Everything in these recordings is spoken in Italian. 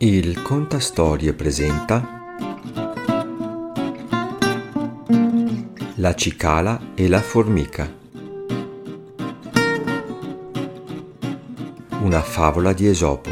Il Contastorie presenta La cicala e la formica. Una favola di Esopo.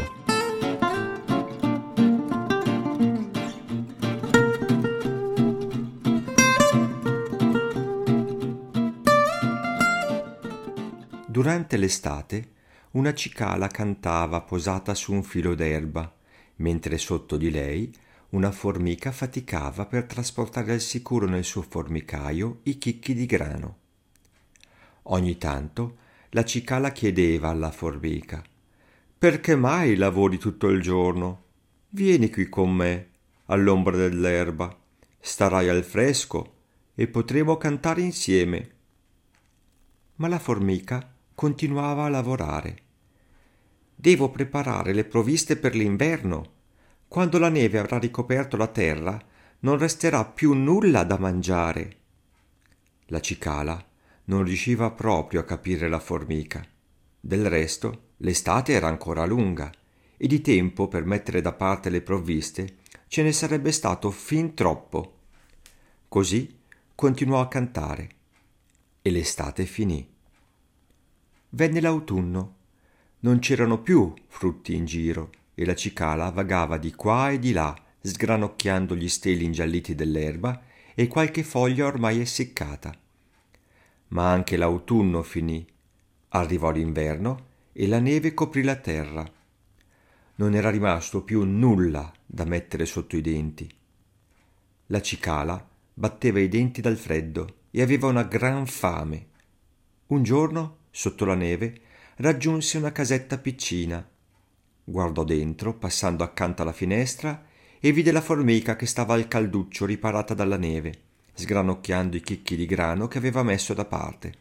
Durante l'estate una cicala cantava posata su un filo d'erba, mentre sotto di lei una formica faticava per trasportare al sicuro nel suo formicaio i chicchi di grano. Ogni tanto la cicala chiedeva alla formica: «Perché mai lavori tutto il giorno? Vieni qui con me, all'ombra dell'erba, starai al fresco e potremo cantare insieme». Ma la formica continuava a lavorare. «Devo preparare le provviste per l'inverno. Quando la neve avrà ricoperto la terra, non resterà più nulla da mangiare». La cicala non riusciva proprio a capire la formica. Del resto, l'estate era ancora lunga e di tempo per mettere da parte le provviste ce ne sarebbe stato fin troppo. Così continuò a cantare e l'estate finì. Venne l'autunno. Non c'erano più frutti in giro e la cicala vagava di qua e di là, sgranocchiando gli steli ingialliti dell'erba e qualche foglia ormai essiccata. Ma anche l'autunno finì. Arrivò l'inverno e la neve coprì la terra. Non era rimasto più nulla da mettere sotto i denti. La cicala batteva i denti dal freddo e aveva una gran fame. Un giorno, sotto la neve, raggiunse una casetta piccina. Guardò dentro, passando accanto alla finestra, e vide la formica che stava al calduccio riparata dalla neve, sgranocchiando i chicchi di grano che aveva messo da parte.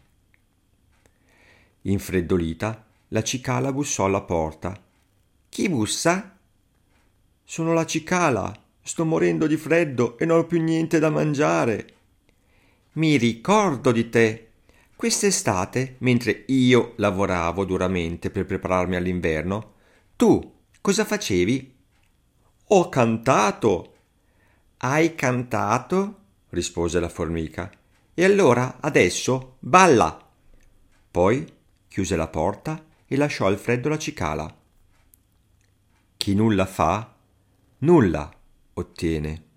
Infreddolita, la cicala bussò alla porta. «Chi bussa?» «Sono la cicala. Sto morendo di freddo e non ho più niente da mangiare». «Mi ricordo di te. Quest'estate, mentre io lavoravo duramente per prepararmi all'inverno, tu cosa facevi?» «Ho cantato». «Hai cantato?» rispose la formica. «E allora adesso balla». Poi chiuse la porta e lasciò al freddo la cicala. Chi nulla fa, nulla ottiene.